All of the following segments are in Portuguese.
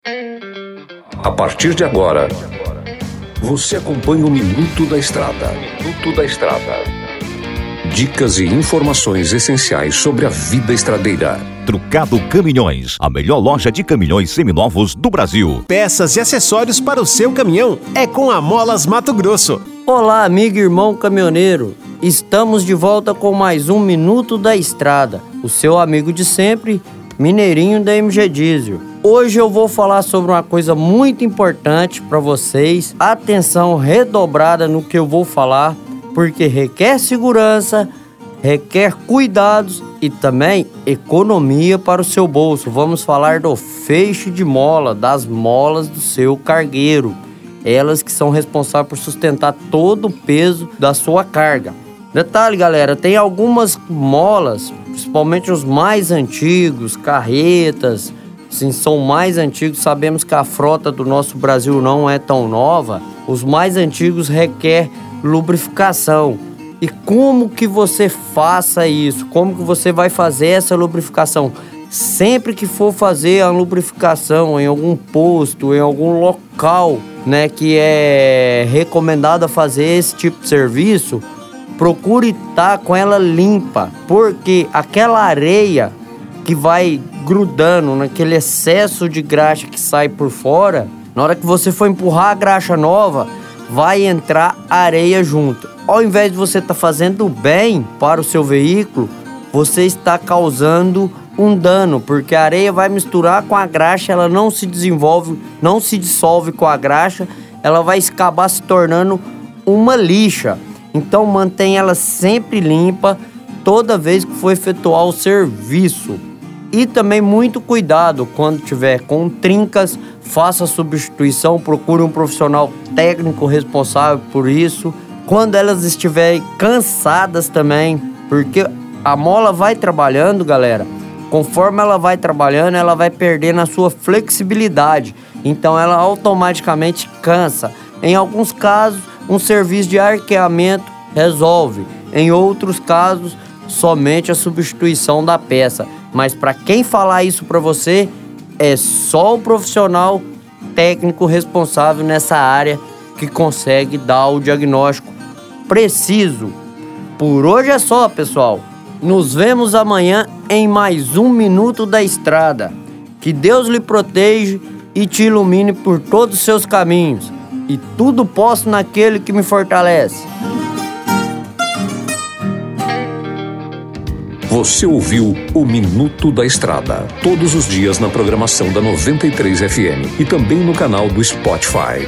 A partir de agora, você acompanha o Minuto da Estrada. Minuto da Estrada. Dicas e informações essenciais sobre a vida estradeira. Trucado Caminhões, a melhor loja de caminhões seminovos do Brasil. Peças e acessórios para o seu caminhão é com a Molas Mato Grosso. Olá, amigo e irmão caminhoneiro. Estamos de volta com mais um Minuto da Estrada. O seu amigo de sempre, Mineirinho da MG Diesel. Hoje eu vou falar sobre uma coisa muito importante para vocês. Atenção redobrada no que eu vou falar, porque requer segurança, requer cuidados e também economia para o seu bolso. Vamos falar do feixe de mola, das molas do seu cargueiro. Elas que são responsáveis por sustentar todo o peso da sua carga. Detalhe, galera, tem algumas molas, principalmente os mais antigos, carretas, sim, são mais antigos. Sabemos que a frota do nosso Brasil não é tão nova. Os mais antigos requer lubrificação. E como que você faça isso? Como que você vai fazer essa lubrificação? Sempre que for fazer a lubrificação em algum posto, em algum local, né, que é recomendado fazer esse tipo de serviço, procure estar com ela limpa, porque aquela areia que vai grudando naquele excesso de graxa que sai por fora, na hora que você for empurrar a graxa nova, vai entrar areia junto. Ao invés de você estar fazendo bem para o seu veículo, você está causando um dano, porque a areia vai misturar com a graxa, ela não se desenvolve, não se dissolve com a graxa, ela vai acabar se tornando uma lixa. Então mantenha ela sempre limpa toda vez que for efetuar o serviço. E também muito cuidado quando tiver com trincas, faça a substituição, procure um profissional técnico responsável por isso. Quando elas estiverem cansadas também, porque a mola vai trabalhando, galera, conforme ela vai trabalhando, ela vai perdendo a sua flexibilidade, então ela automaticamente cansa. Em alguns casos, um serviço de arqueamento resolve, em outros casos, somente a substituição da peça. Mas para quem falar isso para você, é só o profissional técnico responsável nessa área que consegue dar o diagnóstico preciso. Por hoje é só, pessoal. Nos vemos amanhã em mais um Minuto da Estrada. Que Deus lhe proteja e te ilumine por todos os seus caminhos. E tudo posso naquele que me fortalece. Você ouviu o Minuto da Estrada, todos os dias na programação da 93 FM e também no canal do Spotify.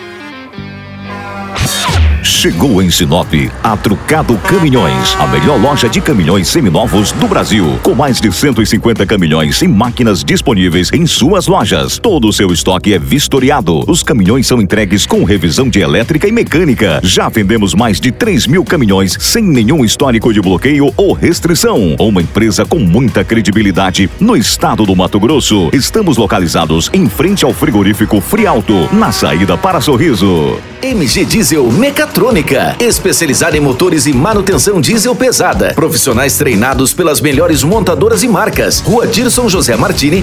Chegou em Sinop a Trucado Caminhões, a melhor loja de caminhões seminovos do Brasil, com mais de 150 caminhões e máquinas disponíveis em suas lojas. Todo o seu estoque é vistoriado. Os caminhões são entregues com revisão de elétrica e mecânica. Já vendemos mais de 3.000 caminhões sem nenhum histórico de bloqueio ou restrição. Uma empresa com muita credibilidade no estado do Mato Grosso. Estamos localizados em frente ao frigorífico Frialto, na saída para Sorriso. MG Diesel Mecatrônica, especializada em motores e manutenção diesel pesada. Profissionais treinados pelas melhores montadoras e marcas. Rua Dirson José Martini,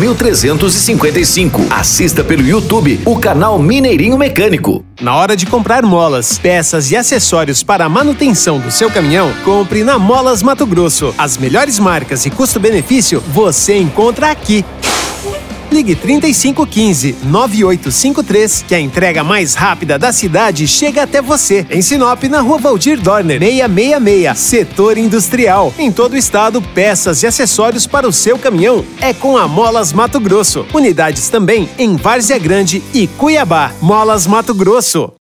3355. Assista pelo YouTube o canal Mineirinho Mecânico. Na hora de comprar molas, peças e acessórios para a manutenção do seu caminhão, compre na Molas Mato Grosso. As melhores marcas e custo-benefício você encontra aqui. Ligue 3515-9853, que a entrega mais rápida da cidade chega até você. Em Sinop, na Rua Valdir Dorner, 666, Setor Industrial. Em todo o estado, peças e acessórios para o seu caminhão é com a Molas Mato Grosso. Unidades também em Várzea Grande e Cuiabá. Molas Mato Grosso.